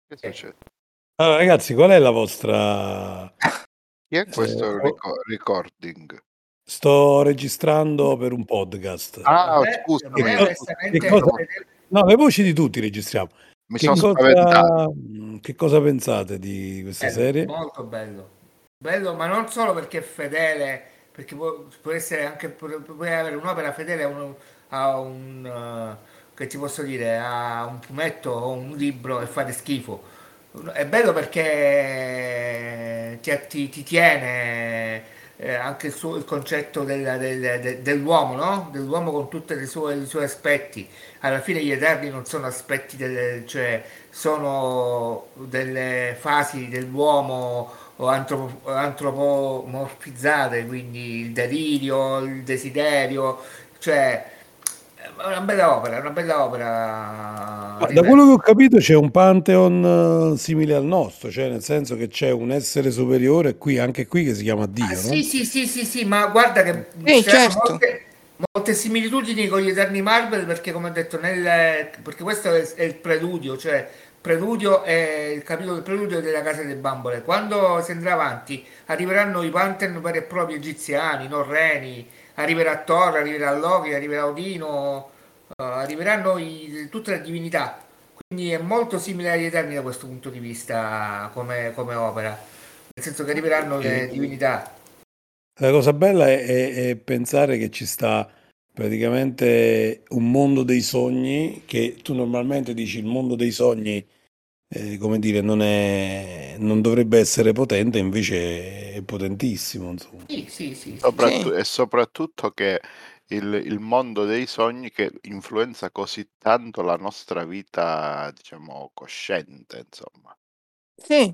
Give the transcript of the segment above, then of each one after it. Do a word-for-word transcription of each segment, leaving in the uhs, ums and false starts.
Che succede? Allora, ragazzi, qual è la vostra... Chi è questo Eh, rico- recording? Sto registrando per un podcast. Ah, Vabbè, scusa, Che, vabbè, co- onestamente, che cosa... fedele- No, le voci di tutti registriamo. mi Che sono spaventato. cosa... che cosa pensate di questa bello, serie? molto bello. Bello, ma non solo perché è fedele, perché può, può essere anche, pu- puoi avere un'opera fedele a un, a un, eh, che ti posso dire, a un fumetto o un libro e fare schifo. È bello perché ti, ti- ti tiene eh, anche il, suo- il concetto del- del- del- dell'uomo, no? Dell'uomo con tutti i suoi, i suoi aspetti. Alla fine gli Eterni non sono aspetti, del, cioè sono delle fasi dell'uomo o antropo- antropomorfizzate, quindi il delirio, il desiderio, cioè è una bella opera, è una bella opera, Ma da ripeto. quello che ho capito c'è un Pantheon eh, simile al nostro, cioè nel senso che c'è un essere superiore qui, anche qui, che si chiama Ah, Dio, sì, no? sì, sì, sì, sì, ma guarda che ci Sì, saranno certo. molte, molte similitudini con gli Eterni Marvel perché, come ho detto, nel, perché questo è, è il preludio, cioè preludio è il capitolo del preludio della Casa delle Bambole. Quando si andrà avanti arriveranno i Pantheon veri e propri egiziani, norreni, arriverà Thor, arriverà Loki, arriverà Odino, eh, arriveranno i- tutte le divinità. Quindi è molto simile agli Eterni da questo punto di vista come, come opera, nel senso che arriveranno E le divinità. la cosa bella è, è- è pensare che ci sta praticamente un mondo dei sogni, che tu normalmente dici il mondo dei sogni, eh, come dire, non è, non dovrebbe essere potente, invece è potentissimo, insomma. Sì, sì, sì, sì. Soprattutto- Sì, e soprattutto che il, il mondo dei sogni che influenza così tanto la nostra vita, diciamo, cosciente, insomma. sì,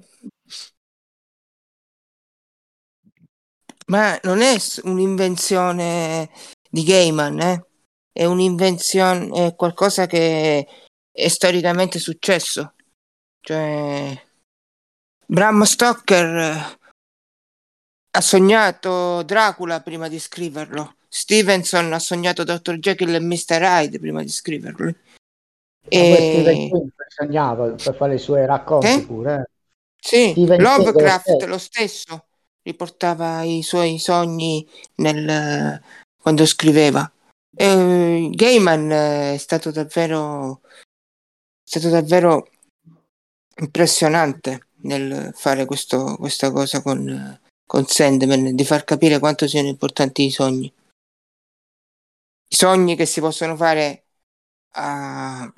ma non è s- un'invenzione di Gaiman, eh? È un'invenzione, è qualcosa che è storicamente successo. Cioè, Bram Stoker eh, ha sognato Dracula prima di scriverlo. Stevenson ha sognato dottor Jekyll e mister Hyde prima di scriverlo. Ma poi Stephen E... King sognava per fare i suoi racconti Eh? pure. Eh. Sì, Stephen King lo Lovecraft stesso. lo stesso riportava i suoi sogni nel, quando scriveva. Eh, Gaiman eh, è stato davvero, è stato davvero impressionante nel fare questo, questa cosa con, con Sandman, di far capire quanto siano importanti i sogni. I sogni che si possono fare a,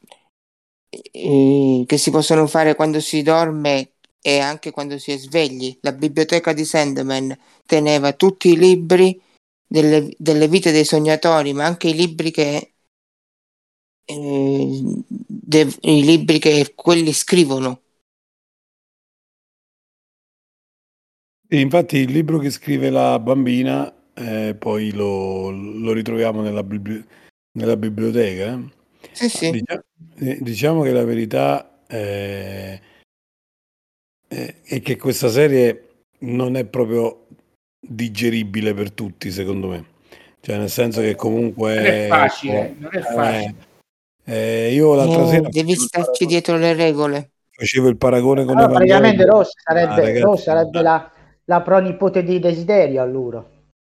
eh, che si possono fare quando si dorme e anche quando si è svegli. La biblioteca di Sandman teneva tutti i libri delle, delle vite dei sognatori, ma anche i libri che eh, de- i libri che quelli scrivono. E infatti il libro che scrive la bambina, eh, poi lo, lo ritroviamo nella, bibli- nella biblioteca. eh. Sì, sì. Dicia- eh, diciamo che la verità è, è- è che questa serie non è proprio digeribile per tutti, secondo me. Cioè, nel senso che comunque... Non è facile, non è eh, facile. eh, io l'altra Eh, sera devi facevo il starci paragone, dietro le regole. facevo il paragone con Allora, praticamente Evangelio. Rose Ah, sarebbe, ragazzi, Rose sarebbe la, la pronipote di Desiderio allora.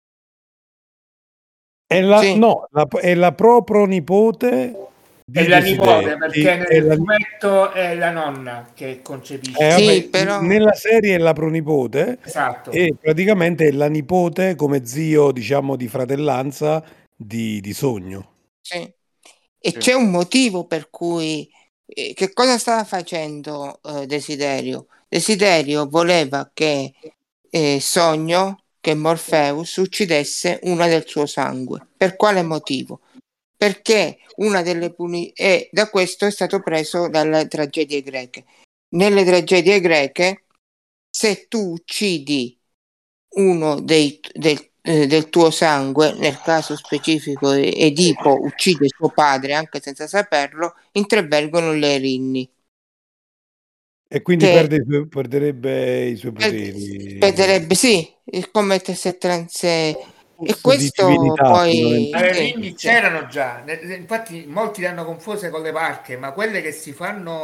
È la, Sì. no, la- è la pronipote È di la nipote Desiderio. perché Sì, è nel la- fumetto è la nonna che concepisce. eh, Sì, vabbè, però nella serie è la pronipote Esatto. e praticamente è la nipote come zio, diciamo, di fratellanza di, di Sogno. sì. E Sì. c'è un motivo per cui eh, che cosa stava facendo eh, Desiderio? Desiderio voleva che eh, Sogno, che Morpheus uccidesse una del suo sangue. Per quale motivo? Perché una delle puni- e da questo è stato preso dalle tragedie greche. Nelle tragedie greche, se tu uccidi uno dei, del, eh, del tuo sangue, nel caso specifico Edipo uccide suo padre anche senza saperlo, intervengono le Erinni, E quindi che perde i suoi- perderebbe i suoi per- poteri perderebbe, sì, il come se trans e di questo divinità, poi Ma le fondamentalmente. sì, rinni sì. c'erano già, ne- infatti molti le hanno confuse con le parche, ma quelle che si fanno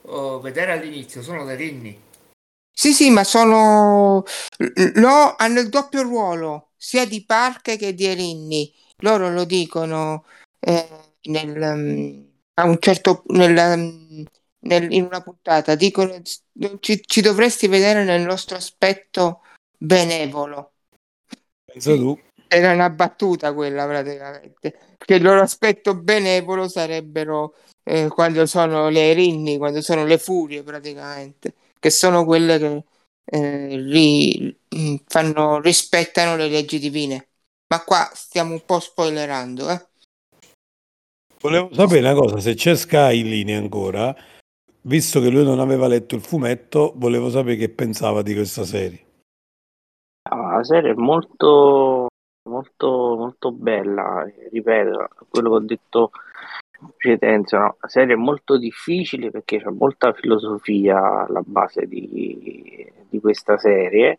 oh, vedere all'inizio sono le Rinni. Sì, sì, ma sono lo hanno il doppio ruolo sia di Parker che di Erinni. Loro lo dicono eh, nel, um, a un certo nel, um, nel- in una puntata dicono ci, ci dovresti vedere nel nostro aspetto benevolo. Pensa tu. Era una battuta quella praticamente, che il loro aspetto benevolo sarebbero eh, quando sono le Erinni, quando sono le furie praticamente, che sono quelle che eh, ri- mh, fanno, rispettano le leggi divine. Ma qua stiamo un po' spoilerando, eh? Volevo sapere una cosa, se c'è Sky in linea ancora, visto che lui non aveva letto il fumetto, volevo sapere che pensava di questa serie. Ah, la serie è molto, molto, molto bella, eh, ripeto, quello che ho detto in precedenza, no? La serie è molto difficile perché c'è molta filosofia alla base di, di questa serie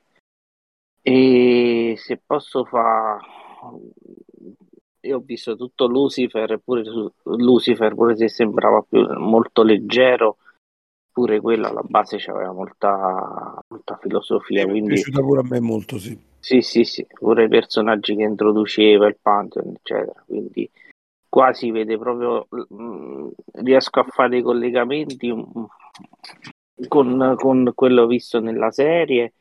e se posso fare... Io ho visto tutto Lucifer, pure su- Lucifer, pure se sembrava più, molto leggero, pure quello alla base c'aveva molta, molta filosofia, Sì, mi è quindi piaciuta pure a me molto, sì. sì, sì, sì, pure i personaggi che introduceva, il Pantheon, eccetera. Quindi qua si vede proprio, mm, riesco a fare dei collegamenti mm, con, con quello visto nella serie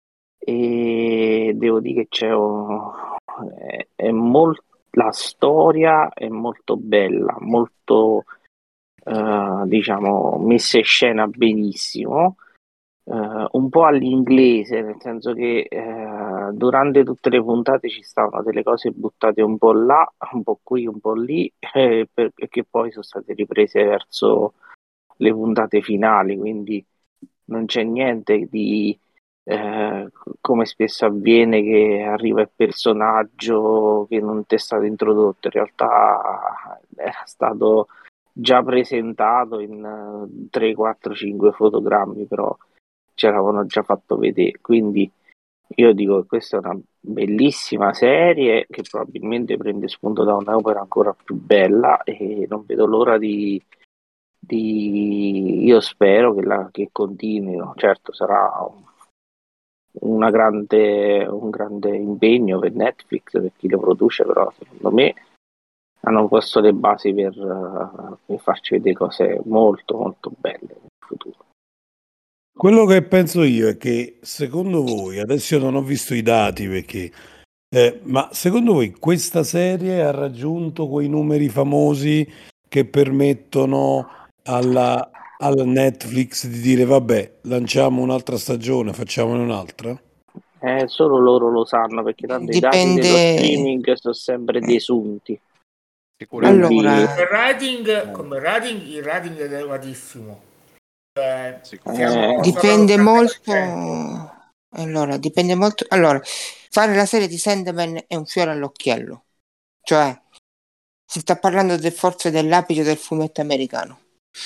e devo dire che c'è un- è, è mol- la storia è molto bella, molto eh, diciamo messa in scena benissimo. Uh, un po' all'inglese, nel senso che uh, durante tutte le puntate ci stavano delle cose buttate un po' là, un po' qui, un po' lì, eh, per- e che poi sono state riprese verso le puntate finali, quindi non c'è niente di eh, come spesso avviene che arriva il personaggio che non ti è stato introdotto, in realtà era stato già presentato in tre, quattro, cinque fotogrammi, però ce l'avevano già fatto vedere, quindi io dico che questa è una bellissima serie che probabilmente prende spunto da un'opera ancora più bella e non vedo l'ora di, di... io spero che, la, che continuino, certo sarà una grande, un grande impegno per Netflix, per chi lo produce, però secondo me hanno posto le basi per, uh, per farci vedere cose molto molto belle nel futuro. Quello che penso io è che secondo voi, adesso io non ho visto i dati perché, eh, ma secondo voi questa serie ha raggiunto quei numeri famosi che permettono alla, alla Netflix di dire vabbè, lanciamo un'altra stagione, facciamone un'altra? Eh, solo loro lo sanno perché tanto i dati dello Dipende. streaming sono sempre desunti. Sicuramente, Quindi Allora, Come rating, eh, come rating, il rating è elevatissimo. Cioè, sicuramente. siamo eh, sopra dipende l'ottanta per molto. cento. Allora, dipende molto. Allora, fare la serie di Sandman è un fiore all'occhiello. Cioè, si sta parlando del forze dell'apice del fumetto americano.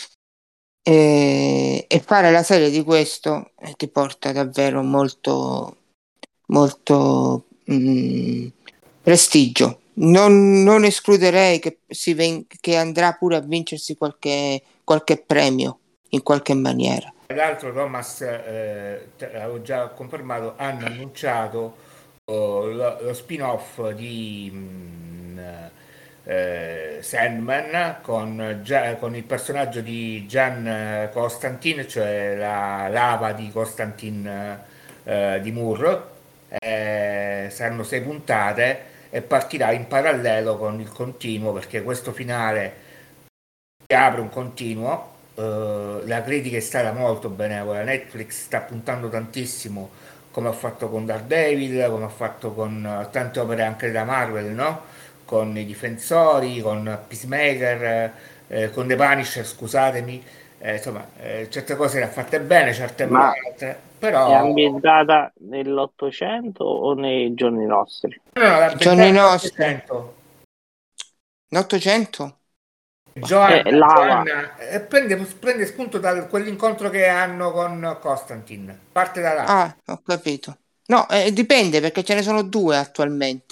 E, e fare la serie di questo eh, ti porta davvero molto, molto mm, prestigio. Non, non escluderei che, si ven- che andrà pure a vincersi qualche, qualche premio in qualche maniera. Tra l'altro Thomas, eh, te- l'avevo già confermato, hanno annunciato oh, lo, lo spin-off di mm, eh, Sandman con, Gia- con il personaggio di Gian Constantine, cioè la lava di Constantine eh, di Moore. Eh, saranno sei puntate e partirà in parallelo con il continuo perché questo finale che apre un continuo. Eh, la critica è stata molto benevola. Netflix sta puntando tantissimo, come ha fatto con Daredevil, come ha fatto con eh, tante opere anche da Marvel, no? Con i Difensori, con Peacemaker, eh, con The Punisher, scusatemi. Eh, insomma, eh, certe cose le ha fatte bene, certe meno ma altre, è però ambientata nell'Ottocento o nei giorni nostri? no, no, I giorni l'ambientata nostri, nell'Ottocento. l'Ottocento? Eh, Joanna, lava. Joanna eh, prende, prende spunto da quell'incontro che hanno con Constantine, parte da là. Ah, ho capito. No, eh, dipende perché ce ne sono due attualmente.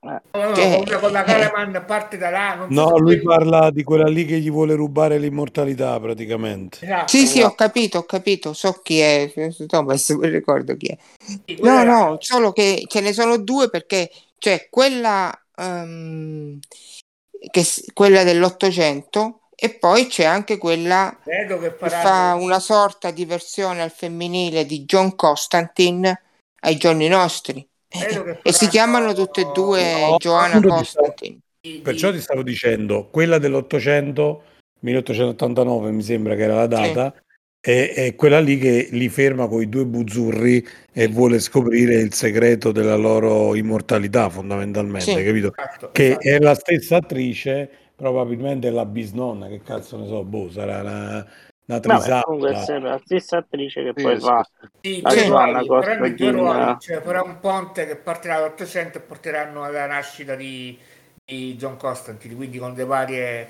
Eh. No, no, Che- con, con la Caraman parte da là, non so No, se lui poi- parla di quella lì che gli vuole rubare l'immortalità praticamente. Esatto, Sì, sì, no. ho capito, ho capito, so chi è, Thomas, mi ricordo chi è. sì, quella No, era- no, solo che ce ne sono due perché c'è quella, ehm, che, s- quella dell'Ottocento e poi c'è anche quella credo che che fa faranno una sorta di versione al femminile di John Constantine ai giorni nostri. credo che E si faranno chiamano tutte e due No, Joanna appunto ti stavo- Constantine. di- Perciò di- ti stavo dicendo, quella dell'Ottocento, milleottocentottantanove mi sembra che era la data, è, è quella lì che li ferma con i due buzzurri e vuole scoprire il segreto della loro immortalità, fondamentalmente, Sì. capito? esatto, Che esatto. è la stessa attrice, probabilmente è la bisnonna, che cazzo ne so, boh, sarà una, una Vabbè, comunque è trisala. sempre la stessa attrice che Sì, poi sì, fa sì. Sì, la due Sì. Joanna ruoli, faranno i due ruoli, Constantine. cioè farà un ponte che partirà dall'Ottocento e porteranno alla nascita di, di John Constantine, quindi con le varie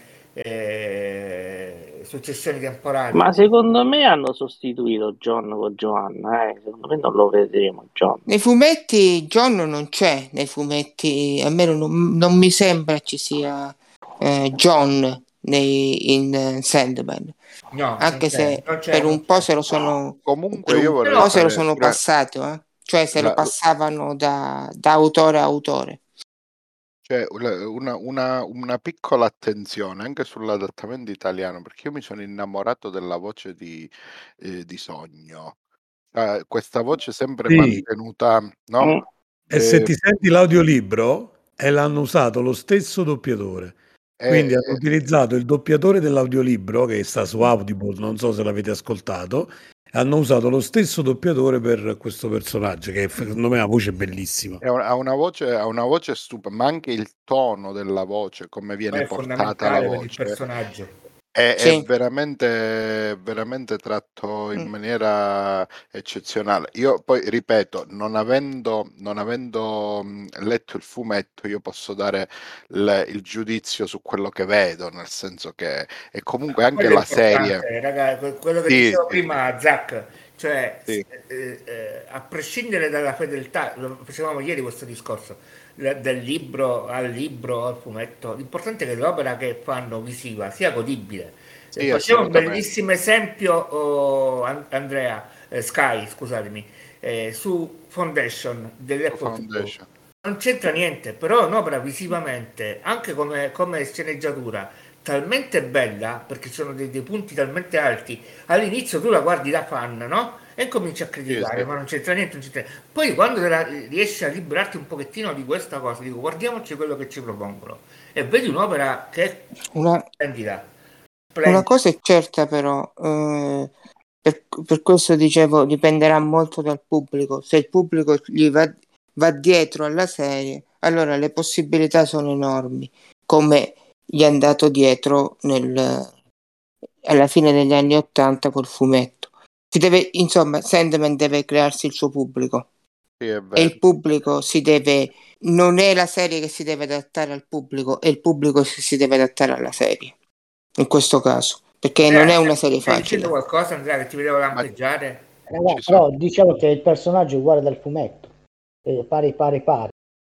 eh, successioni temporali. Ma secondo me hanno sostituito John con Joanna, eh. Secondo me non lo vedremo John. Nei fumetti John non c'è, nei fumetti almeno non, non mi sembra ci sia eh, John nei, in eh, Sandman, No, anche non c'è, se non c'è, per non un po' c'è. se lo sono, Comunque per io un vorrei po' se lo fare sono pure passato, eh? Cioè se lo la- passavano da, da autore a autore. cioè, una, una- una- una piccola attenzione anche sull'adattamento italiano, perché io mi sono innamorato della voce di, eh, di Sogno. Eh, questa voce sempre Sì, mantenuta, no? Mm. e se Eh, ti senti l'audiolibro, e l'hanno usato lo stesso doppiatore. Quindi eh, hanno utilizzato il doppiatore dell'audiolibro che sta su Audible, non so se l'avete ascoltato, hanno usato lo stesso doppiatore per questo personaggio, che secondo me ha una voce bellissima. è un- ha una voce, ha una voce stupenda, ma anche il tono della voce, come Ma viene è portata la fondamentale per il voce. personaggio. È, è Sì. veramente, veramente tratto in Mm. maniera eccezionale. Io poi ripeto, non avendo, non avendo mh, letto il fumetto, io posso dare il, il giudizio su quello che vedo, nel senso che è comunque anche Quello è la serie. importante, raga, que- quello che Sì, dicevo sì, prima, Zach, cioè sì, eh, eh, a prescindere dalla fedeltà, lo facevamo ieri questo discorso, la- dal libro al libro al fumetto, l'importante è che l'opera che fanno visiva sia godibile. Eh, sì, Facevo un assolutamente. bellissimo esempio, oh, An- Andrea, eh, Sky, scusatemi, eh, su Foundation dell'Apple ti vu. Foundation. Non c'entra niente, però è un'opera visivamente, anche come, come sceneggiatura, talmente bella, perché ci sono dei, dei punti talmente alti. All'inizio tu la guardi da fan, no? E cominci a Sì, criticare, sì. ma non c'entra niente, non c'entra niente. Poi quando te la- riesci a liberarti un pochettino di questa cosa, dico, guardiamoci quello che ci propongono. E vedi un'opera che è Una, splendida. una Splendida. cosa è certa però, eh, per, per questo dicevo, dipenderà molto dal pubblico. Se il pubblico gli va, va dietro alla serie, allora le possibilità sono enormi, come gli è andato dietro nel, alla fine degli anni Ottanta col fumetto. Si deve, insomma, Sandman deve crearsi il suo pubblico Sì, è e vero. il pubblico si deve, non è la serie che si deve adattare al pubblico, è il pubblico che si deve adattare alla serie, in questo caso, perché non è una serie Stai dicendo facile. qualcosa, Andrea, che ti vedevo Ma lampeggiare? Ragazzi, ci sono. però diciamo che il personaggio è uguale dal fumetto, eh, pari pari pari.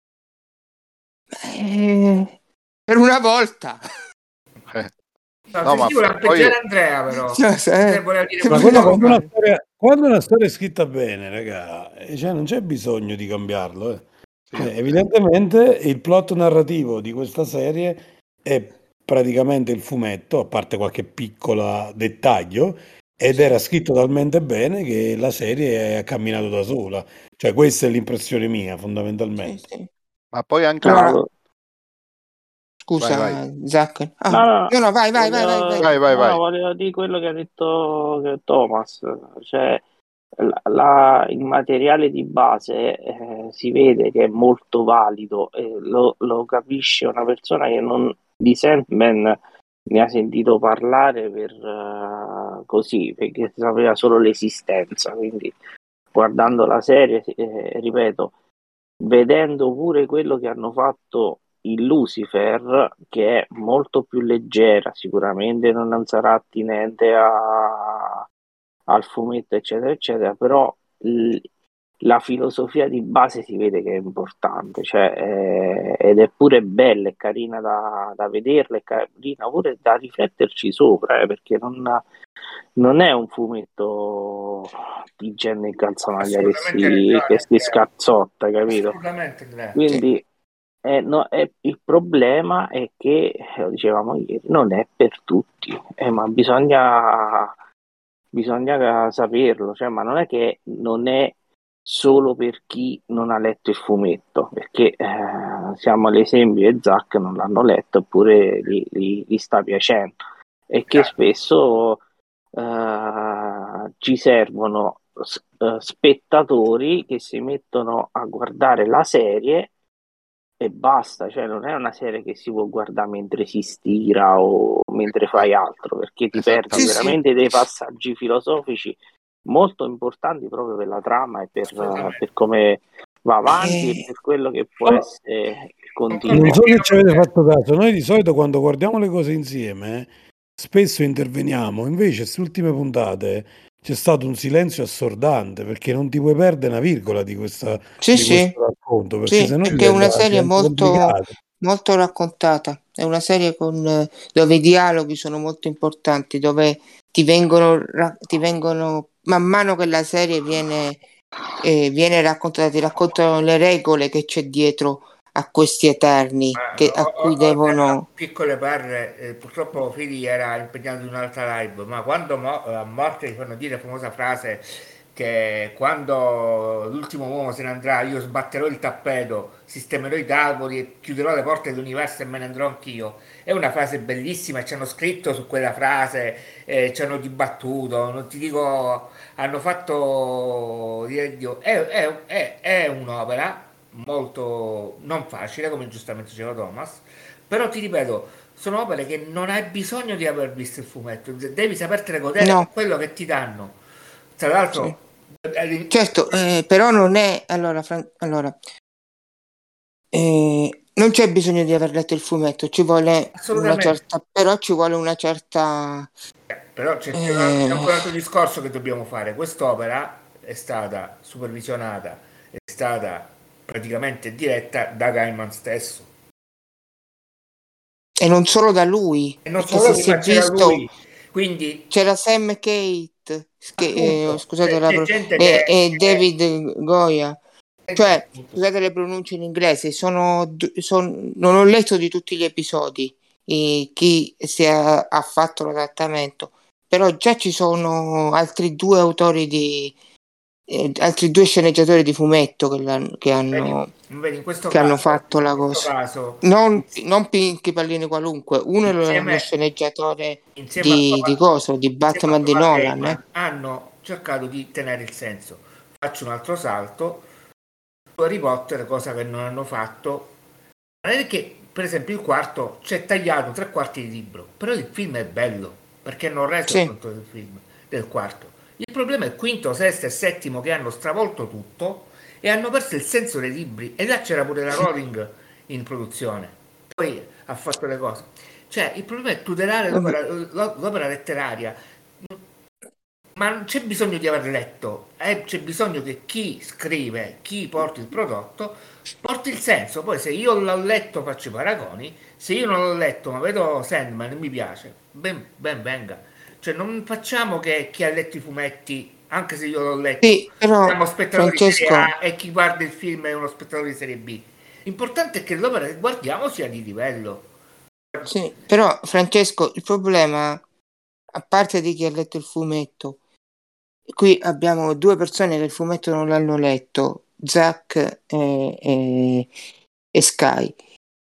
Eh, per una volta. eh, No, No, ma sentivo poi lampeggiare Andrea, però. Cioè, se- Se voleva dire che Ma qualcosa. quello vogliamo quando una fare? storia, quando una storia è scritta bene, raga, eh, cioè non c'è bisogno di cambiarlo. eh. sì, Cioè, sì. evidentemente il plot narrativo di questa serie è praticamente il fumetto, a parte qualche piccolo dettaglio, ed era scritto talmente bene che la serie ha camminato da sola. Cioè, questa è l'impressione mia, Sì, fondamentalmente. sì. Ma poi anche Allora, la... Bravo. scusa, Vai, vai, Zach. Ah, No, no, no, no, vai, vai, vai, vai, volevo, vai. vai, vai, no, vai. volevo dire quello che ha detto che Thomas, cioè la- la- il materiale di base eh, si vede che è molto valido e lo, lo capisce una persona che non di Sandman ne ha sentito parlare per eh, così, perché sapeva solo l'esistenza, quindi guardando la serie, eh, ripeto, vedendo pure quello che hanno fatto in Lucifer, che è molto più leggera, sicuramente non sarà attinente a- al fumetto, eccetera, eccetera, però l- la filosofia di base si vede che è importante, cioè, eh, ed è pure bella e carina da, da vederla, è carina pure da rifletterci sopra, eh, perché non, non è un fumetto di gente in calzamaglia che Assolutamente si, che ragione, si Andrea. scazzotta, capito? Assolutamente, Andrea. Quindi eh, no, eh, il problema è che, lo dicevamo ieri, non è per tutti, eh, ma bisogna, bisogna saperlo, cioè, ma non è che non è solo per chi non ha letto il fumetto, perché eh, siamo all'esempio e Zack non l'hanno letto eppure gli, gli- gli sta piacendo, e che spesso eh, ci servono s- eh, spettatori che si mettono a guardare la serie e basta, cioè non è una serie che si può guardare mentre si stira o mentre fai altro, perché ti perdi Sì, sì. veramente dei passaggi filosofici molto importanti proprio per la trama e per, Assolutamente. per come va avanti e Eh, per quello che può essere il Non continuo. so se ci avete fatto caso, noi di solito quando guardiamo le cose insieme, spesso interveniamo, invece queste ultime puntate c'è stato un silenzio assordante perché non ti puoi perdere una virgola di questa, sì, di questo sì, racconto, perché sì, sennò perché è una diventa, serie diventa molto, complicato. molto raccontata, è una serie con, eh, dove i dialoghi sono molto importanti, dove ti vengono, ra- ti vengono man mano che la serie viene, eh, viene raccontata, ti raccontano le regole che c'è dietro a questi Eterni, Ma, che, o- a o- cui oltre a devono... piccole parre, eh, purtroppo Fili era impegnato in un'altra live, ma quando mo- a morte gli fanno dire la famosa frase che quando l'ultimo uomo se ne andrà io sbatterò il tappeto, sistemerò i tavoli e chiuderò le porte dell'universo e me ne andrò anch'io. È una frase bellissima e ci hanno scritto su quella frase, eh, ci hanno dibattuto, non ti dico, hanno fatto dire Dio, è, è- è- è un'opera molto non facile, come giustamente diceva Thomas, però ti ripeto, sono opere che non hai bisogno di aver visto il fumetto, devi sapertene godere No, per quello che ti danno. Tra sì. l'altro, eh, Certo, eh, però non è... Allora, Fran- allora eh, non c'è bisogno di aver letto il fumetto, ci vuole una assolutamente. certa... però ci vuole una certa... Però c'è, c'è un altro, c'è eh, ancora un altro discorso che dobbiamo fare. Quest'opera è stata supervisionata, è stata praticamente diretta da Gaiman stesso. e non solo da lui, E non perché solo se lui, si è ma c'era visto lui. Quindi, c'era Sam Kate, che, eh, appunto, scusate c'è, la c'è pro- gente e, che... e David Goya, che- cioè appunto, scusate le pronunce in inglese, sono, d- son- non ho letto di tutti gli episodi eh, chi si è, ha fatto l'adattamento, però già ci sono altri due autori di eh, altri due sceneggiatori di fumetto che, l'hanno- che vedi, hanno, vedi, in questo che hanno caso, fatto in la questo cosa. caso, Non, non Pinky Pallini qualunque, uno è lo, lo insieme, sceneggiatore insieme a di, di Thomas, coso, di insieme a Batman di Thomas Nolan, eh. Gaiman, hanno cercato di tenere il senso. Faccio un altro salto su Harry Potter, cosa che non hanno fatto. Non è che, per esempio, il quarto c'è tagliato tre quarti di libro, però il film è bello, perché non reso Sì, conto del film, del quarto. Il problema è il quinto, sesto e settimo che hanno stravolto tutto e hanno perso il senso dei libri. E là c'era pure la Rowling in produzione. Poi ha fatto le cose. Cioè, il problema è tutelare vabbè, l'opera, l'opera letteraria, ma non c'è bisogno di aver letto, eh, c'è bisogno che chi scrive, chi porti il prodotto, porti il senso. Poi se io l'ho letto faccio i paragoni, se io non l'ho letto ma vedo Sandman e mi piace, ben, ben venga. Cioè non facciamo che chi ha letto i fumetti, anche se io l'ho letto, sì, però siamo spettatori di serie Francesco, A e chi guarda il film è uno spettatore di serie B. L'importante è che l'opera che guardiamo sia di livello. sì, però Francesco, il problema, a parte di chi ha letto il fumetto, qui abbiamo due persone che il fumetto non l'hanno letto, Zack e, e- e Sky,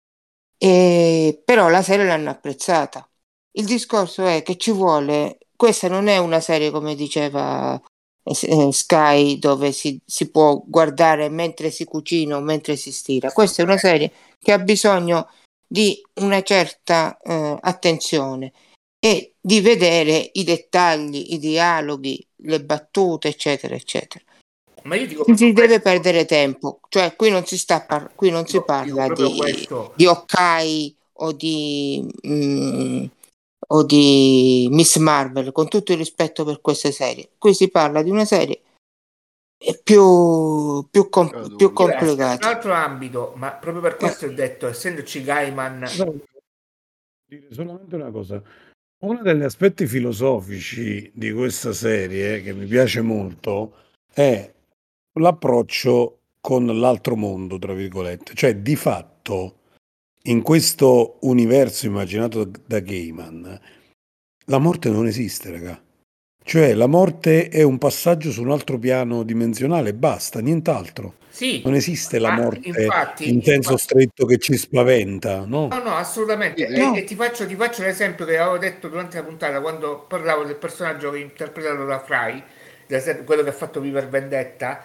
e, però la serie l'hanno apprezzata. Il discorso è che ci vuole, questa non è una serie come diceva eh, eh, Sky dove si, si può guardare mentre si cucina o mentre si stira. Questa è una serie che ha bisogno di una certa eh, attenzione e di vedere i dettagli, i dialoghi, le battute, eccetera, eccetera. Ma io dico Non proprio si deve questo, perdere tempo, cioè qui non si sta par- qui non si io dico parla proprio di, questo. di Hawkeye o di, mm, o di Miss Marvel, con tutto il rispetto per queste serie. Qui si parla di una serie è più, più, com- più Caduto. complicato. Un altro ambito, ma proprio per questo ho detto, essendoci Gaiman, Devo dire solamente una cosa. Uno degli aspetti filosofici di questa serie che mi piace molto è l'approccio con l'altro mondo, tra virgolette. Cioè, di fatto, in questo universo immaginato da da Gaiman, la morte non esiste, raga. Cioè, la morte è un passaggio su un altro piano dimensionale, basta, nient'altro. sì, Non esiste la ma morte infatti, in senso infatti stretto che ci spaventa, no, no? no, assolutamente. Sì, E, sì. No, e ti faccio, ti faccio l'esempio che avevo detto durante la puntata quando parlavo del personaggio che interpretato da Fry, della serie- quello che ha fatto Viver Vendetta,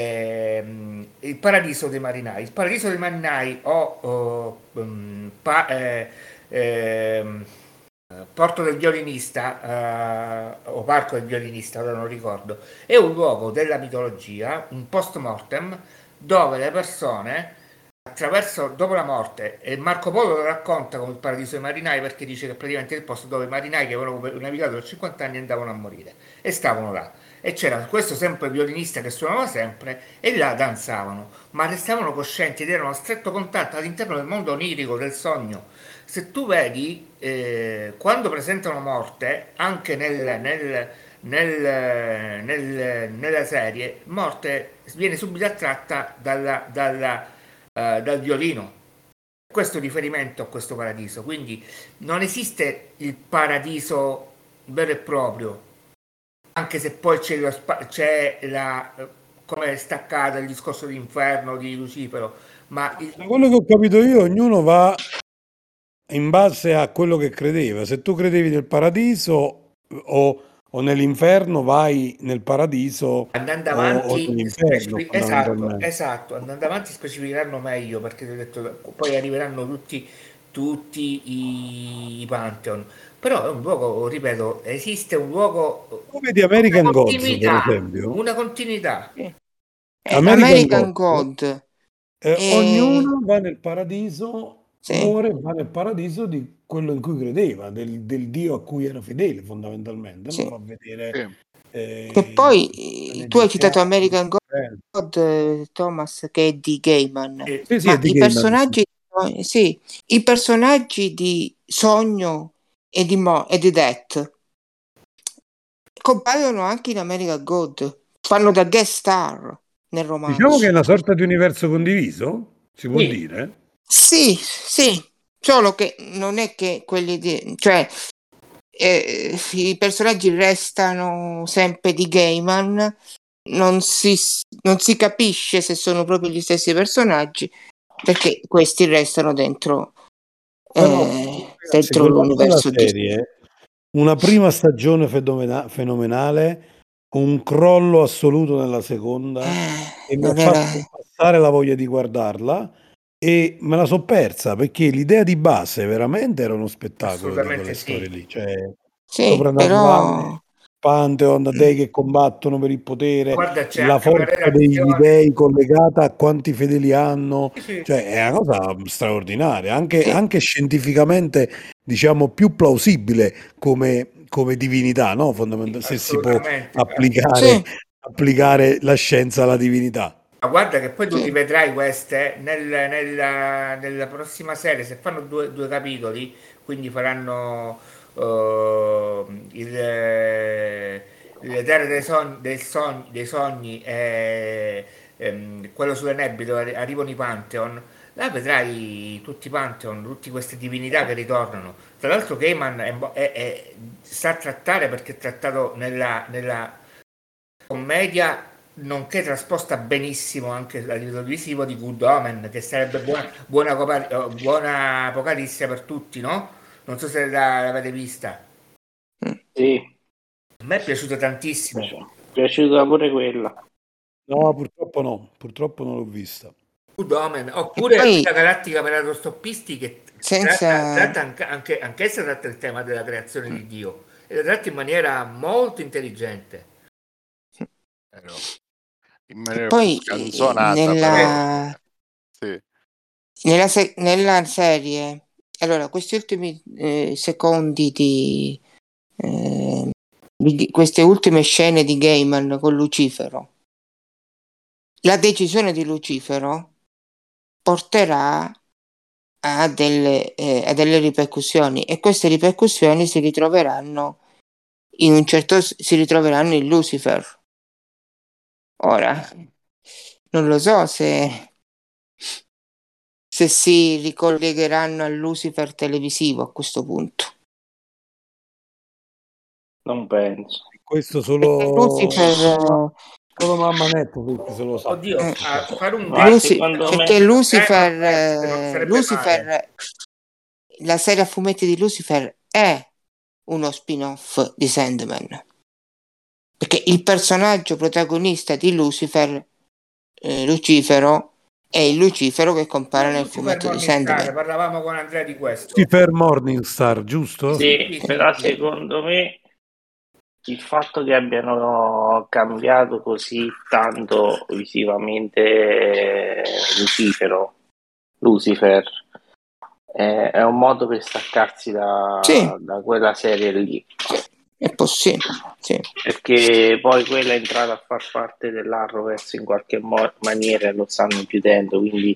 ehm, il Paradiso dei Marinai. Il Paradiso dei Marinai o, o, um, pa- eh, ehm, Porto del violinista eh, o Parco del violinista, ora non ricordo, è un luogo della mitologia, un post mortem, dove le persone attraverso dopo la morte, e Marco Polo lo racconta come il paradiso dei marinai perché dice che praticamente è il posto dove i marinai che avevano navigato per cinquanta anni andavano a morire e stavano là e c'era questo sempre violinista che suonava sempre e là danzavano ma restavano coscienti ed erano a stretto contatto all'interno del mondo onirico del sogno. Se tu vedi eh, quando presentano morte anche nel, nel nel- nel- nella serie morte viene subito attratta dalla, dalla, eh, dal violino. Questo riferimento a questo paradiso, quindi non esiste il paradiso vero e proprio, anche se poi c'è, lo spa- c'è la, eh, come è staccato il discorso dell'inferno di Lucifero, ma il- Da quello che ho capito io, ognuno va in base a quello che credeva. Se tu credevi nel paradiso o, o nell'inferno, vai nel paradiso andando o, o avanti, nell'inferno, specifi- esatto, fondamentalmente. esatto, andando avanti specificheranno meglio perché ti ho detto, poi arriveranno tutti, tutti i, i Pantheon. Però è un luogo, ripeto, esiste un luogo, Tu vedi una American Gods, per continuità, esempio. una continuità. eh, è American American Gods, God. eh, E, ognuno va nel paradiso, sì. muore, e va nel paradiso di quello in cui credeva, del, del Dio a cui era fedele, fondamentalmente. No? Sì. Va a vedere Sì. Che eh, poi gli eh, tu hai citato egiziani. American eh. God, eh, Thomas, che è di Gaiman, E Sì, sì, è ma di i Gaiman. personaggi, eh, sì, i personaggi di Sogno e di, Mo- e di Death compaiono anche in American God, fanno da guest star nel Diciamo che è romanzo. una sorta di universo condiviso, si può sì, dire? Sì, sì, solo che non è che quelli di, cioè, eh, i personaggi restano sempre di Gaiman, non si, non si capisce se sono proprio gli stessi personaggi, perché questi restano dentro, Però, eh, ragazzi, dentro guardate la l'universo di... serie, una prima stagione fenomena- fenomenale, un crollo assoluto nella seconda Eh, e mi ha non era... fatto passare la voglia di guardarla e me la so persa perché l'idea di base veramente era uno spettacolo di quelle assolutamente sì. storie lì, cioè Sì, soprannaturale, però... Pantheon, dei che combattono per il potere, Guarda, c'è la anche una forza degli relazione. dei collegata a quanti fedeli hanno, Sì, sì, cioè è una cosa straordinaria, anche, Sì, anche scientificamente diciamo più plausibile come, come divinità, no? sì, Fondamentalmente, se si può assolutamente. applicare, sì, applicare la scienza alla divinità. Ma guarda che poi tu sì. rivedrai queste nel- nella, nella prossima serie, se fanno due, due capitoli, quindi faranno eh, il, eh, le terre dei sogni, del sogni- dei sogni e ehm, quello sulle nebbie dove arri- arrivano i Pantheon, là vedrai tutti i Pantheon, tutte queste divinità che ritornano. Tra l'altro Gaiman è, è- è- sa trattare perché è trattato nella, nella commedia nonché trasposta benissimo anche a livello visivo di Good Omen, che sarebbe buona, buona, copa- eh, buona Apocalisse per tutti, no? Non so se la- l'avete vista. Mm. Sì, A me è piaciuto tantissimo. mi è piaciuta pure quella. No, purtroppo no, purtroppo non l'ho vista. Good Omen, E oppure poi Vita Galattica per autostoppisti che tratta, senza... tratta anche, anche, anch'essa tratta il tema della creazione di Dio e la tratta in maniera molto intelligente. Però, in E maniera più poi eh, scanzonata, però Eh, nella, sì. nella, se- nella serie, allora, questi ultimi eh, secondi di, eh, di queste ultime scene di Gaiman con Lucifero la decisione di Lucifero porterà a delle, eh, a delle ripercussioni, e queste ripercussioni si ritroveranno in un certo si ritroveranno in Lucifer. Ora non lo so se se si ricollegheranno al Lucifer televisivo a questo punto. Non penso. Questo Perché solo, Lucifer solo, solo mamma Netflix se lo sa. Oddio, Eh. a fare un Ma Luci- secondo me- perché Lucifer, Eh, ma, eh, non eh, sarebbe Lucifer male. la serie a fumetti di Lucifer è uno spin-off di Sandman, perché il personaggio protagonista di Lucifer, eh, Lucifero, è il Lucifero che compare nel Lucifer fumetto di Morningstar, Sandman. parlavamo con Andrea di questo. Lucifer Morningstar, giusto? Sì, Sì, sì, però sì. secondo me il fatto che abbiano cambiato così tanto visivamente Lucifero, Lucifer, è, è un modo per staccarsi da, Sì. da quella serie lì. È possibile, sì. Perché poi quella è entrata a far parte dell'Arrowverse in qualche mo- maniera e lo stanno chiudendo, quindi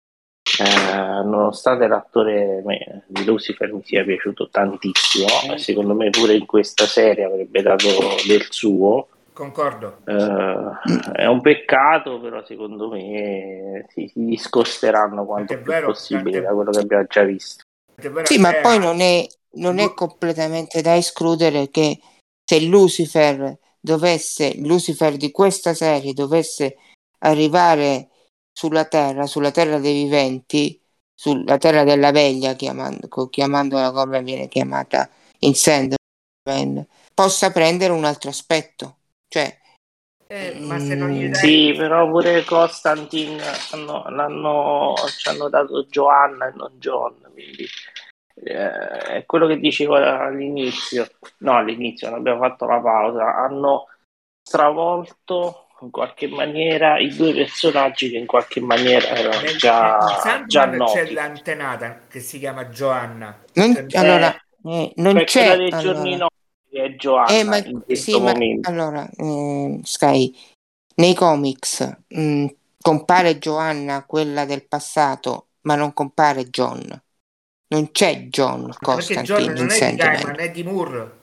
eh, nonostante l'attore me- di Lucifer mi sia piaciuto tantissimo, e secondo me pure in questa serie avrebbe dato del suo. Concordo. Eh, è un peccato, però secondo me si, si discosteranno quanto Tant'è più vero, possibile tant'è- da quello che abbiamo già visto. tant'è vero, Sì, ma Andrea, poi non è, non è completamente da escludere che se Lucifer dovesse, Lucifer di questa serie dovesse arrivare sulla Terra, sulla Terra dei viventi, sulla Terra della veglia, chiamando, co- chiamandola come viene chiamata in Sandman, possa prendere un altro aspetto. Cioè, eh, ma se non gli dai... Sì, però pure Constantine hanno, l'hanno, ci hanno dato Joanna e non John, quindi eh, è quello che dicevo all'inizio. No, all'inizio non abbiamo fatto la pausa. Hanno stravolto in qualche maniera i due personaggi che in qualche maniera erano Nel, già, in già Sandman c'è noti. l'antenata che si chiama Giovanna. non, Cioè, allora, eh, non Cioè quella c'è... dei allora, giorni noti che è Eh, Joanna ma, in questo sì, ma momento. allora, eh, Sky, nei comics mh, compare Joanna, quella del passato, ma non compare John. Non c'è John perché John Constantine in non è di Sandman. Gaiman, è di Moore.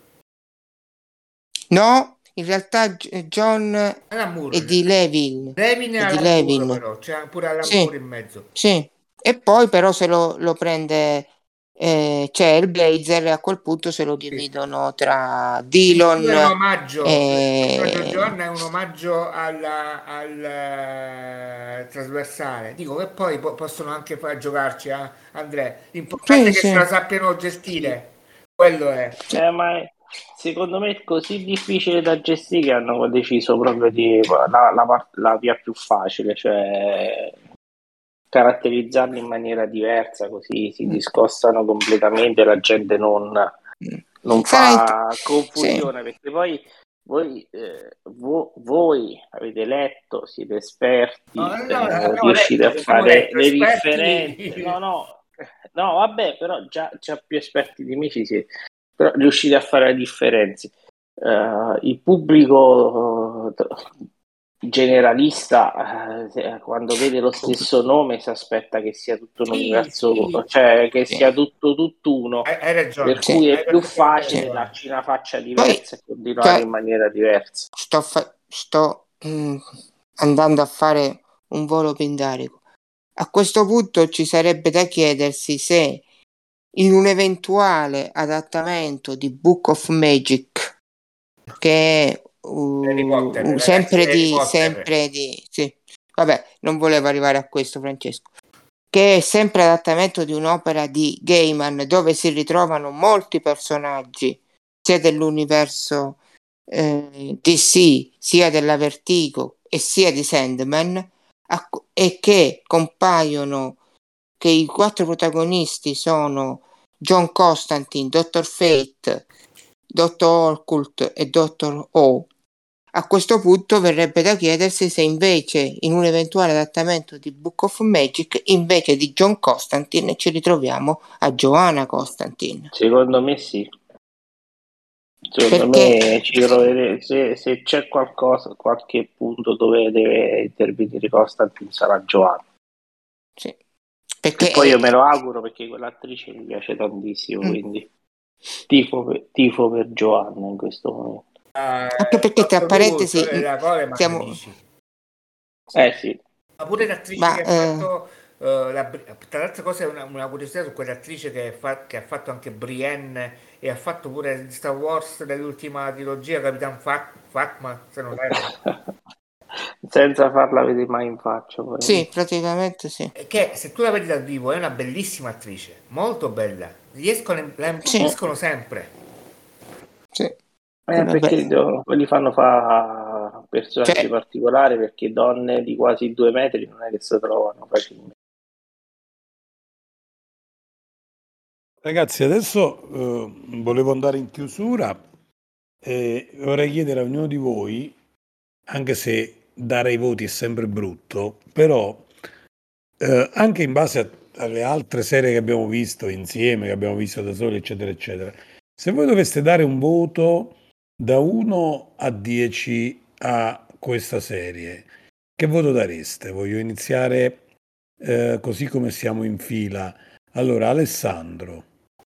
No, in realtà G- John Alan Moore. è di Levin. Levin e È di Alan Levin. Moore, però c'è pure Alan Sì. Moore in mezzo. Sì, e poi però se lo, lo prende, eh, c'è il Blazer, e a quel punto se lo dividono tra Dillon È un omaggio, e... Giovanna è un omaggio alla, al eh, trasversale. Dico che poi po- possono anche far giocarci, eh, Andrea. L'importante Sì, è che sì. se la sappiano gestire. Quello è. Eh, ma è- secondo me è così difficile da gestire che hanno deciso proprio di la, la, part- la via più facile, cioè caratterizzarli in maniera diversa, così si discostano completamente, la gente non, non Sarà fa int- confusione, sì. perché poi voi, eh, vo- voi avete letto, siete esperti, No, no, eh, abbiamo riuscite letto, a abbiamo fare letto, le esperti. differenze. No, no, no, vabbè, però già, già più esperti di me ci siete, però riuscite a fare le differenze. Uh, il pubblico uh, generalista uh, quando vede lo stesso nome si aspetta che sia tutto un Sì, universo, sì. cioè che Sì. sia tutto tutt'uno, Hai, hai ragione. per cui Hai è più perfettamente facile ragione. darci una faccia Poi, diversa e continuare cioè, in maniera diversa. sto, fa- sto mm, andando a fare un volo pindarico. A questo punto ci sarebbe da chiedersi se in un eventuale adattamento di Book of Magic, che è uh, Harry Potter, uh, ragazzi, sempre Harry di Potter. sempre di sì. Vabbè, non volevo arrivare a questo, Francesco, che è sempre adattamento di un'opera di Gaiman dove si ritrovano molti personaggi sia dell'universo eh, D C sia della Vertigo e sia di Sandman, a- e che compaiono, che i quattro protagonisti sono John Constantine, Doctor Fate, Doctor Occult e Doctor O. A questo punto verrebbe da chiedersi se invece in un eventuale adattamento di Book of Magic, invece di John Constantine ci ritroviamo a Joanna Constantine. Secondo me sì. Secondo Perché me ci trovere, se, se c'è qualcosa, qualche punto dove deve intervenire Costantin sarà Giovanna. sì, Che perché poi io eh, me lo auguro perché quell'attrice mi piace tantissimo, mm, quindi tifo per, tifo per Giovanna in questo momento. anche Eh, perché tra fatto tu, parentesi Storia mm, della Coleman, siamo dici. Eh sì, Ma pure l'attrice ma che ha eh, fatto, eh, la Bri- tra l'altro cosa è una, una curiosità su quell'attrice che, fa- che ha fatto anche Brienne e ha fatto pure Star Wars dell'ultima trilogia, Capitan Fa- Fatma, se non erro. senza farla vedere mai in faccia. sì, Poi. praticamente sì. E che se tu la vedi dal vivo è una bellissima attrice, molto bella. Riescono, la Sì, impediscono sempre. sì. Eh, Vabbè. perché do- li fanno fare personaggi Cioè, particolari perché donne di quasi due metri non è che si trovano facilmente. Ragazzi, adesso eh, volevo andare in chiusura e vorrei chiedere a ognuno di voi, anche se dare i voti è sempre brutto, però eh, anche in base a- alle altre serie che abbiamo visto insieme, che abbiamo visto da soli, eccetera, eccetera, se voi doveste dare un voto da uno a dieci a questa serie, che voto dareste? Voglio iniziare eh, così come siamo in fila. Allora, Alessandro,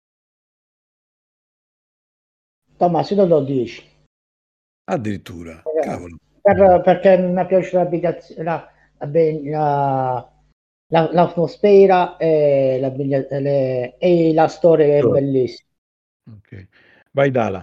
Tommaso, io do dieci. addirittura, Eh, cavolo. per- perché mi piace l'abitazione, la, la, be- la- la- l'atmosfera e la, le- e la storia è bellissima. Ok. Vai Dala.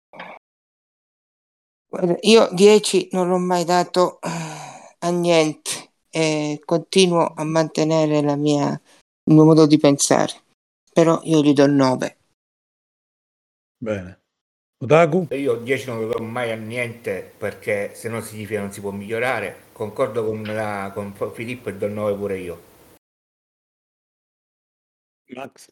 guarda, io dieci non l'ho mai dato eh, a niente e continuo a mantenere la mia, il mio modo di pensare, però io gli do nove. Bene. Otaku? Io dieci non lo do mai a niente perché se no significa non si può migliorare. Concordo con, la, con Filippo e do nove pure io. Max?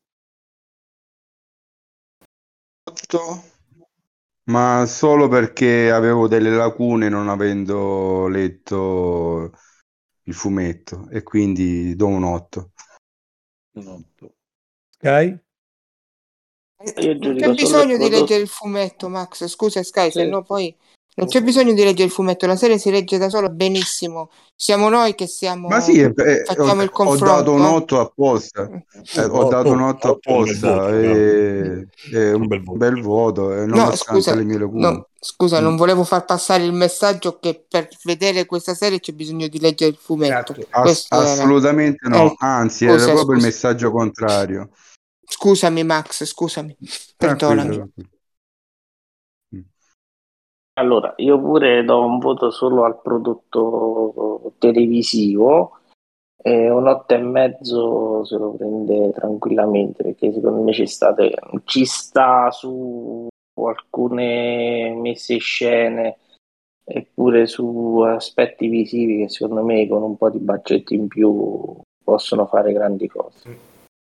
otto, ma solo perché avevo delle lacune non avendo letto il fumetto e quindi do un otto. Un otto. Sky? Eh, Io Non c'è giudico solo il bisogno di leggere prodotto. il fumetto, Max. Scusa, Sky, se Sì, no sì. poi non c'è bisogno di leggere il fumetto. La serie si legge da sola benissimo. Siamo noi che Ma sì, siamo, eh, eh, ho, facciamo il ho dato un confronto. otto apposta. Eh? Eh, Uh, ho dato un otto. otto otto è un bel apposta voto, cavolo. e, e Un un bel voto. bel voto, eh, No, nonostante scusa, le mie lacune. no, scusa, Mm. non volevo far passare il messaggio che per vedere questa serie c'è bisogno di leggere il fumetto. Esatto. Ass- Questo era. assolutamente no, Eh, anzi era scusa, proprio il scusa. messaggio contrario. Scusami, Max, scusami. Tranquillo. Perdonami. tranquillo. Mm. Allora, io pure do un voto solo al prodotto televisivo e un otto e mezzo se lo prende tranquillamente perché secondo me ci state, ci sta su alcune messe in scene eppure su aspetti visivi che secondo me con un po' di budget in più possono fare grandi cose.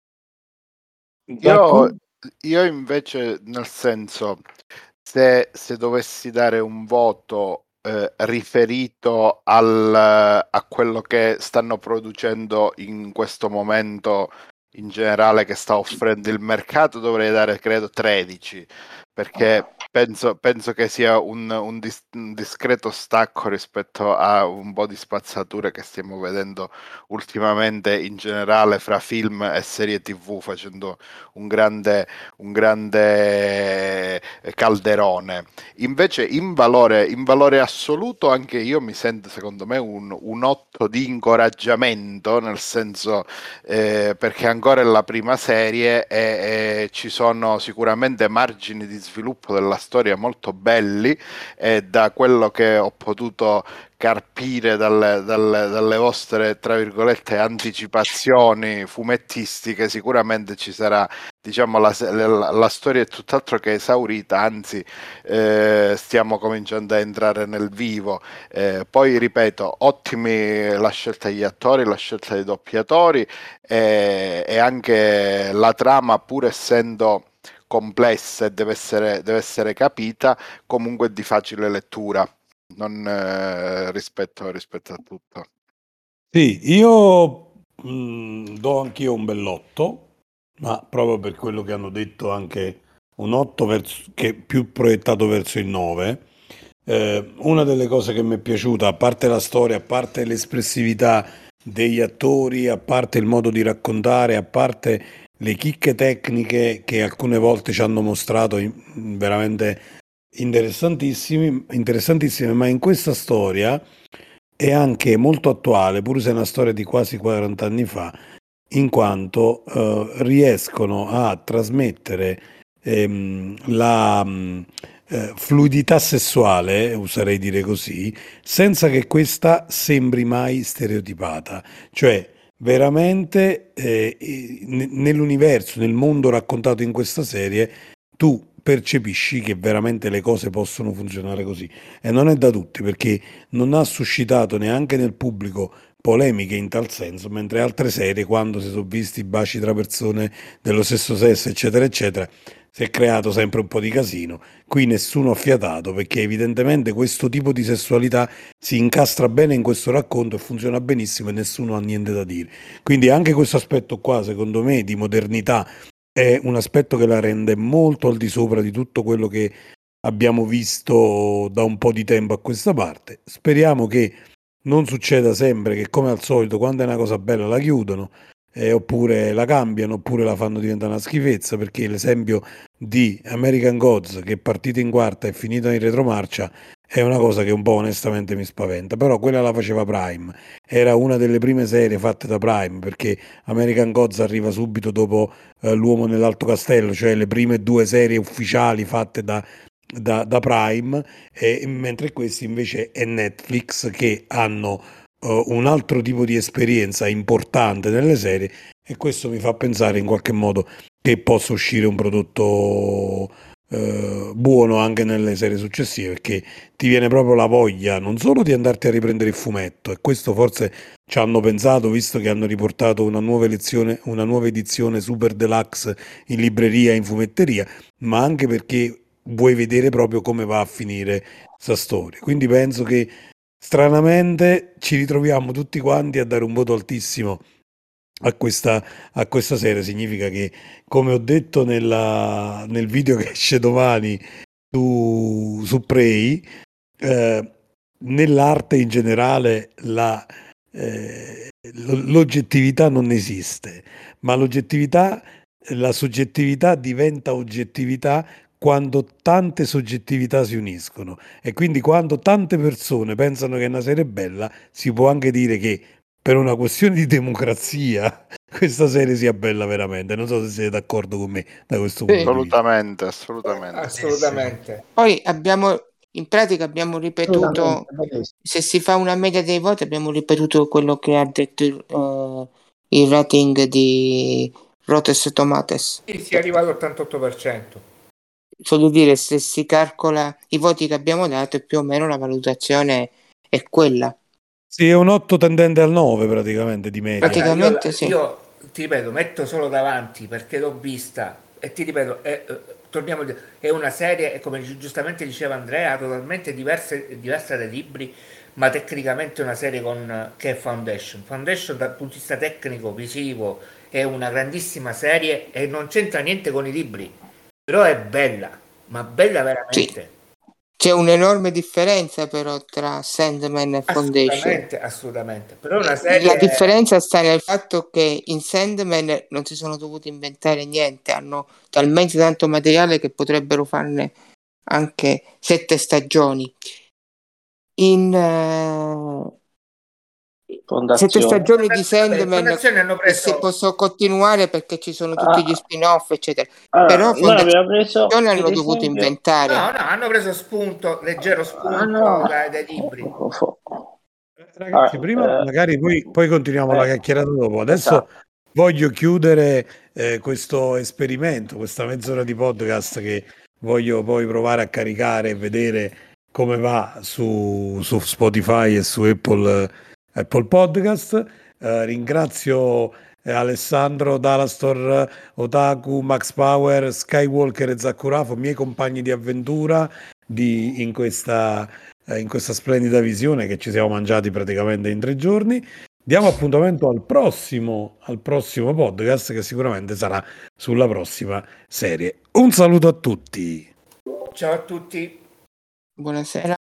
Otaku? Io, io invece, nel senso, se, se dovessi dare un voto eh, riferito al, a quello che stanno producendo in questo momento in generale che sta offrendo il mercato, dovrei dare credo tredici, perché penso, penso che sia un, un dis- un discreto stacco rispetto a un po' di spazzature che stiamo vedendo ultimamente in generale fra film e serie tivù, facendo un grande, un grande calderone. Invece in valore, in valore assoluto anche io mi sento secondo me un, un otto di incoraggiamento, nel senso eh, perché ancora è la prima serie e, e ci sono sicuramente margini di sviluppo della storia molto belli e da quello che ho potuto carpire dalle, dalle, dalle vostre, tra virgolette, anticipazioni fumettistiche, sicuramente ci sarà, diciamo, la, la, la storia è tutt'altro che esaurita, anzi eh, stiamo cominciando a entrare nel vivo. Eh, poi, ripeto, ottimi la scelta degli attori, la scelta dei doppiatori e, e anche la trama, pur essendo complessa e deve essere, deve essere capita, comunque è di facile lettura non eh, rispetto, rispetto a tutto. Sì, io mh, do anch'io un bell'otto, ma proprio per quello che hanno detto anche un otto verso, che è più proiettato verso il nove. Eh, una delle cose che mi è piaciuta, a parte la storia, a parte l'espressività degli attori, a parte il modo di raccontare, a parte le chicche tecniche che alcune volte ci hanno mostrato in- veramente interessantissimi, interessantissime, ma in questa storia è anche molto attuale, pur se è una storia di quasi quaranta anni fa, in quanto eh, riescono a trasmettere ehm, la mh, eh, fluidità sessuale, userei dire così, senza che questa sembri mai stereotipata. Cioè, veramente eh, eh, ne- nell'universo, nel mondo raccontato in questa serie, tu percepisci che veramente le cose possono funzionare così. E non è da tutti, perché non ha suscitato neanche nel pubblico polemiche in tal senso, mentre altre serie, quando si sono visti baci tra persone dello stesso sesso, eccetera, eccetera, si è creato sempre un po' di casino. Qui nessuno ha fiatato, perché evidentemente questo tipo di sessualità si incastra bene in questo racconto e funziona benissimo e nessuno ha niente da dire. Quindi anche questo aspetto qua, secondo me, di modernità è un aspetto che la rende molto al di sopra di tutto quello che abbiamo visto da un po' di tempo a questa parte. Speriamo che non succeda sempre che, come al solito, quando è una cosa bella la chiudono, eh, oppure la cambiano, oppure la fanno diventare una schifezza, perché l'esempio di American Gods, che è partita in quarta e finita in retromarcia, è una cosa che un po' onestamente mi spaventa. Però quella la faceva Prime, era una delle prime serie fatte da Prime, perché American Gods arriva subito dopo eh, L'uomo nell'alto castello, cioè le prime due serie ufficiali fatte da, da, da Prime, e, mentre questi invece è Netflix, che hanno uh, un altro tipo di esperienza importante nelle serie, e questo mi fa pensare in qualche modo che possa uscire un prodotto uh, buono anche nelle serie successive, perché ti viene proprio la voglia non solo di andarti a riprendere il fumetto, e questo forse ci hanno pensato, visto che hanno riportato una nuova edizione, una nuova edizione super deluxe in libreria e in fumetteria, ma anche perché vuoi vedere proprio come va a finire questa storia. Quindi penso che stranamente ci ritroviamo tutti quanti a dare un voto altissimo a questa, a questa serie. Significa che, come ho detto nella- nel video che esce domani su, su Prey, eh, nell'arte in generale la, eh, lo- l'oggettività non esiste, ma l'oggettività, la soggettività diventa oggettività quando tante soggettività si uniscono, e quindi quando tante persone pensano che una serie è bella, si può anche dire che per una questione di democrazia questa serie sia bella veramente. Non so se siete d'accordo con me da questo Sì. punto di vista. Assolutamente, assolutamente. Assolutamente. Poi abbiamo, in pratica abbiamo ripetuto, Assolutamente, bellissimo. se si fa una media dei voti, abbiamo ripetuto quello che ha detto eh, il rating di Rottes Tomates. Sì, si arriva all'ottantotto per cento. Voglio dire, se si calcola i voti che abbiamo dato, e più o meno la valutazione è quella. Sì, è un otto tendente al nove praticamente di media. Praticamente io, sì. io ti ripeto, metto solo davanti perché l'ho vista e ti ripeto, è, eh, torniamo, a dire, è una serie, e come gi- giustamente diceva Andrea, totalmente diversa, diversa dai libri, ma tecnicamente è una serie con, che è Foundation. Foundation dal punto di vista tecnico, visivo, è una grandissima serie e non c'entra niente con i libri, però è bella, ma bella veramente. C'è un'enorme differenza però tra Sandman e Foundation. Assolutamente, assolutamente. Però è una La serie... differenza sta nel fatto che in Sandman non si sono dovuti inventare niente, hanno talmente tanto materiale che potrebbero farne anche sette stagioni. In eh, sette Fondazione. stagioni di Fondazione, Sandman Fondazione hanno che si preso... possono continuare perché ci sono tutti gli Ah, spin-off, eccetera. allora, Però noi abbiamo preso, Fondazione per hanno dovuto esempio, inventare. No, no, hanno preso spunto, leggero ah, spunto no. dai, dai libri. Fo- Ragazzi, ah, prima eh, magari poi, poi continuiamo la eh, chiacchierata dopo. Adesso esatto. voglio chiudere eh, questo esperimento, questa mezz'ora di podcast che voglio poi provare a caricare e vedere come va su, su Spotify e su Apple, Apple Podcast. Eh, ringrazio eh, Alessandro, Dalastor, Otaku, Max Power, Skywalker e Zacurafo, miei compagni di avventura di, in questa eh, in questa splendida visione che ci siamo mangiati praticamente in tre giorni. diamo appuntamento al prossimo, al prossimo podcast, che sicuramente sarà sulla prossima serie. Un saluto a tutti. Ciao a tutti. Buonasera.